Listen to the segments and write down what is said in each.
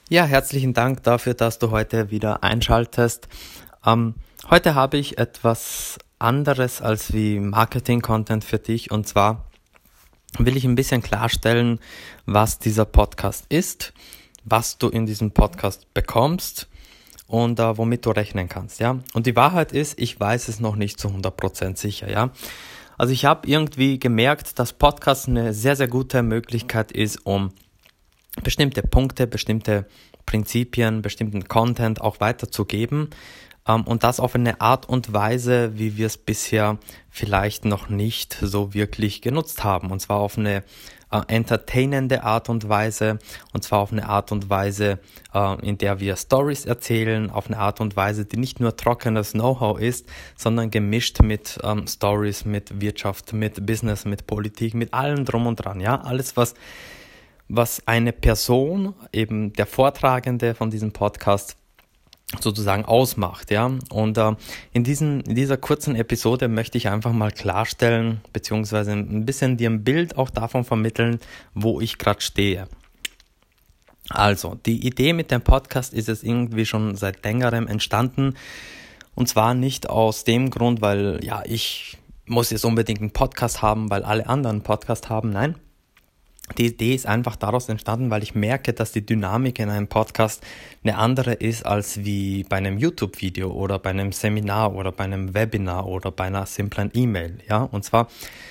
Ja, herzlichen Dank dafür, dass du heute wieder einschaltest. Heute habe ich etwas anderes als wie Marketing-Content für dich, und zwar will ich ein bisschen klarstellen, was dieser Podcast ist, was du in diesem Podcast bekommst und womit du rechnen kannst, ja. Und die Wahrheit ist, ich weiß es noch nicht zu 100% sicher, ja. Also ich habe irgendwie gemerkt, dass Podcast eine sehr, sehr gute Möglichkeit ist, um bestimmte Punkte, bestimmte Prinzipien, bestimmten Content auch weiterzugeben, und das auf eine Art und Weise, wie wir es bisher vielleicht noch nicht so wirklich genutzt haben, und zwar auf eine entertainende Art und Weise, und zwar auf eine Art und Weise, in der wir Stories erzählen, auf eine Art und Weise, die nicht nur trockenes Know-how ist, sondern gemischt mit Stories, mit Wirtschaft, mit Business, mit Politik, mit allem drum und dran, ja, alles was eine Person, eben der Vortragende von diesem Podcast, sozusagen ausmacht, ja. Und in dieser kurzen Episode möchte ich einfach mal klarstellen, beziehungsweise ein bisschen dir ein Bild auch davon vermitteln, wo ich gerade stehe. Also, die Idee mit dem Podcast ist jetzt irgendwie schon seit längerem entstanden, und zwar nicht aus dem Grund, weil, ja, ich muss jetzt unbedingt einen Podcast haben, weil alle anderen einen Podcast haben, nein. Die Idee ist einfach daraus entstanden, weil ich merke, dass die Dynamik in einem Podcast eine andere ist als wie bei einem YouTube-Video oder bei einem Seminar oder bei einem Webinar oder bei einer simplen E-Mail, ja. Und zwar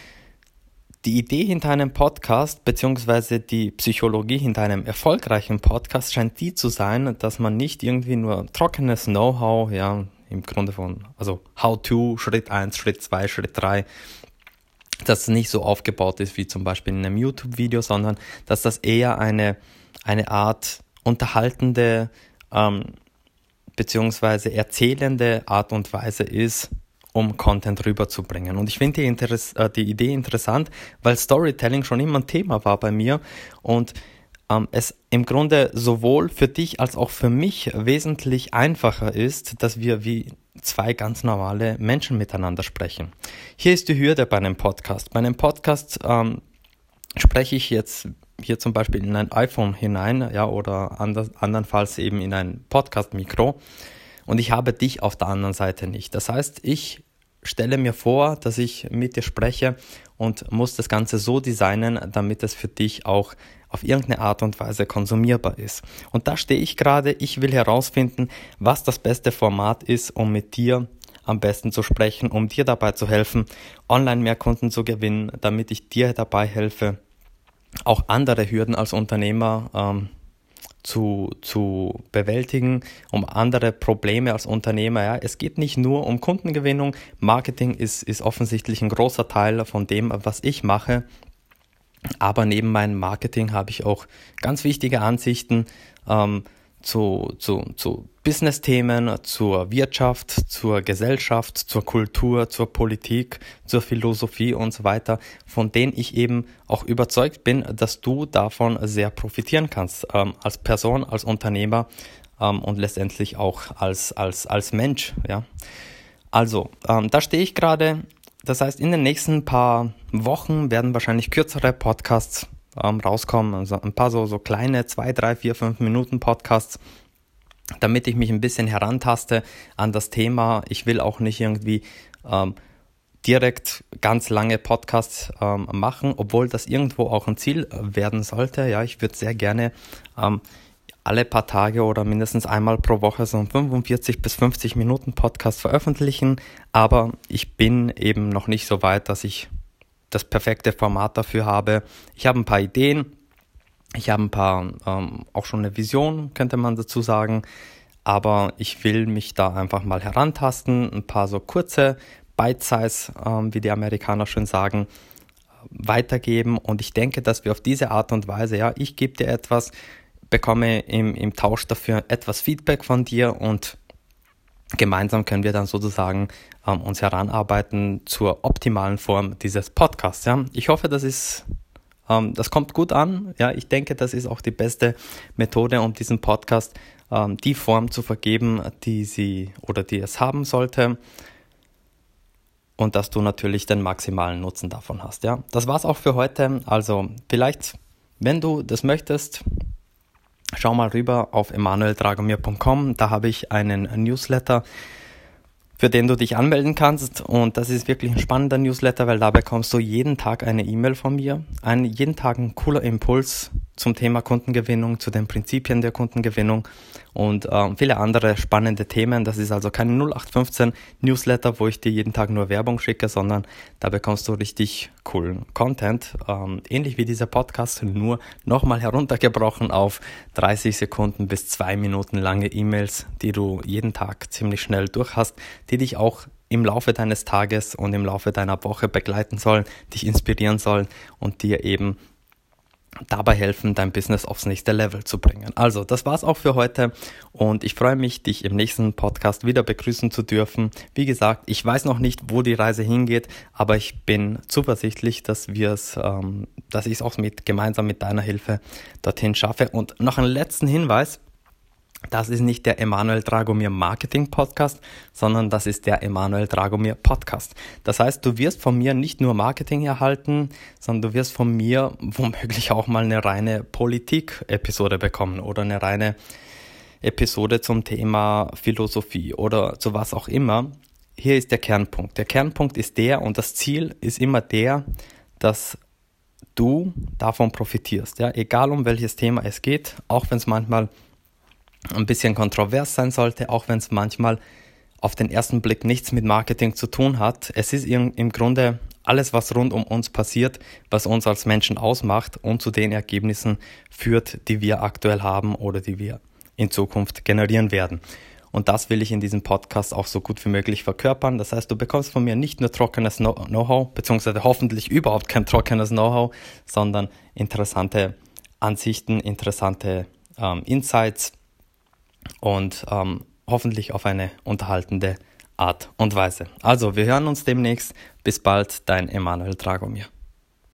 die Idee hinter einem Podcast beziehungsweise die Psychologie hinter einem erfolgreichen Podcast scheint die zu sein, dass man nicht irgendwie nur trockenes Know-how, ja, im Grunde von, also How-to, Schritt 1, Schritt 2, Schritt 3, dass es nicht so aufgebaut ist wie zum Beispiel in einem YouTube-Video, sondern dass das eher eine Art unterhaltende beziehungsweise erzählende Art und Weise ist, um Content rüberzubringen. Und ich finde die Idee interessant, weil Storytelling schon immer ein Thema war bei mir und es im Grunde sowohl für dich als auch für mich wesentlich einfacher ist, dass wir wie zwei ganz normale Menschen miteinander sprechen. Hier ist die Hürde bei einem Podcast. Bei einem Podcast spreche ich jetzt hier zum Beispiel in ein iPhone hinein, ja, oder andernfalls eben in ein Podcast-Mikro, und ich habe dich auf der anderen Seite nicht. Das heißt, ich stelle mir vor, dass ich mit dir spreche und muss das Ganze so designen, damit es für dich auch auf irgendeine Art und Weise konsumierbar ist. Und da stehe ich gerade, ich will herausfinden, was das beste Format ist, um mit dir am besten zu sprechen, um dir dabei zu helfen, online mehr Kunden zu gewinnen, damit ich dir dabei helfe, auch andere Hürden als Unternehmer zu bewältigen, um andere Probleme als Unternehmer. Ja. Es geht nicht nur um Kundengewinnung, Marketing ist offensichtlich ein großer Teil von dem, was ich mache, aber neben meinem Marketing habe ich auch ganz wichtige Ansichten zu Business-Themen, zur Wirtschaft, zur Gesellschaft, zur Kultur, zur Politik, zur Philosophie und so weiter, von denen ich eben auch überzeugt bin, dass du davon sehr profitieren kannst, als Person, als Unternehmer und letztendlich auch als Mensch. Ja. Also, da stehe ich gerade. Das heißt, in den nächsten paar Wochen werden wahrscheinlich kürzere Podcasts rauskommen, also ein paar so kleine 2, 3, 4, 5 Minuten Podcasts, damit ich mich ein bisschen herantaste an das Thema. Ich will auch nicht irgendwie direkt ganz lange Podcasts machen, obwohl das irgendwo auch ein Ziel werden sollte. Ja, ich würde sehr gerne alle paar Tage oder mindestens einmal pro Woche so einen 45 bis 50 Minuten Podcast veröffentlichen, aber ich bin eben noch nicht so weit, dass ich das perfekte Format dafür habe. Ich habe ein paar Ideen, ich habe ein paar, auch schon eine Vision, könnte man dazu sagen, aber ich will mich da einfach mal herantasten, ein paar so kurze Bite-Size, wie die Amerikaner schön sagen, weitergeben, und ich denke, dass wir auf diese Art und Weise, ja, ich gebe dir etwas, bekomme im Tausch dafür etwas Feedback von dir, und gemeinsam können wir dann sozusagen uns heranarbeiten zur optimalen Form dieses Podcasts. Ja. Ich hoffe, das kommt gut an. Ja, ich denke, das ist auch die beste Methode, um diesem Podcast die Form zu vergeben, die es haben sollte, und dass du natürlich den maximalen Nutzen davon hast. Ja. Das war's auch für heute. Also vielleicht, wenn du das möchtest, schau mal rüber auf emanueldragomir.com. Da habe ich einen Newsletter, für den du dich anmelden kannst, und das ist wirklich ein spannender Newsletter, weil da bekommst du jeden Tag eine E-Mail von mir, jeden Tag ein cooler Impuls zum Thema Kundengewinnung, zu den Prinzipien der Kundengewinnung und viele andere spannende Themen. Das ist also kein 0815 Newsletter, wo ich dir jeden Tag nur Werbung schicke, sondern da bekommst du richtig coolen Content, ähnlich wie dieser Podcast, nur nochmal heruntergebrochen auf 30 Sekunden bis 2 Minuten lange E-Mails, die du jeden Tag ziemlich schnell durch hast, die dich auch im Laufe deines Tages und im Laufe deiner Woche begleiten sollen, dich inspirieren sollen und dir eben dabei helfen, dein Business aufs nächste Level zu bringen. Also, das war's auch für heute und ich freue mich, dich im nächsten Podcast wieder begrüßen zu dürfen. Wie gesagt, ich weiß noch nicht, wo die Reise hingeht, aber ich bin zuversichtlich, dass ich es auch gemeinsam mit deiner Hilfe dorthin schaffe. Und noch einen letzten Hinweis: Das ist nicht der Emanuel Dragomir Marketing Podcast, sondern das ist der Emanuel Dragomir Podcast. Das heißt, du wirst von mir nicht nur Marketing erhalten, sondern du wirst von mir womöglich auch mal eine reine Politik-Episode bekommen oder eine reine Episode zum Thema Philosophie oder zu was auch immer. Hier ist der Kernpunkt. Der Kernpunkt ist und das Ziel ist immer dass du davon profitierst. Ja? Egal um welches Thema es geht, auch wenn es manchmal ein bisschen kontrovers sein sollte, auch wenn es manchmal auf den ersten Blick nichts mit Marketing zu tun hat. Es ist im Grunde alles, was rund um uns passiert, was uns als Menschen ausmacht und zu den Ergebnissen führt, die wir aktuell haben oder die wir in Zukunft generieren werden. Und das will ich in diesem Podcast auch so gut wie möglich verkörpern. Das heißt, du bekommst von mir nicht nur trockenes Know-how, beziehungsweise hoffentlich überhaupt kein trockenes Know-how, sondern interessante Ansichten, interessante Insights, und hoffentlich auf eine unterhaltende Art und Weise. Also, wir hören uns demnächst. Bis bald, dein Emanuel Dragomir.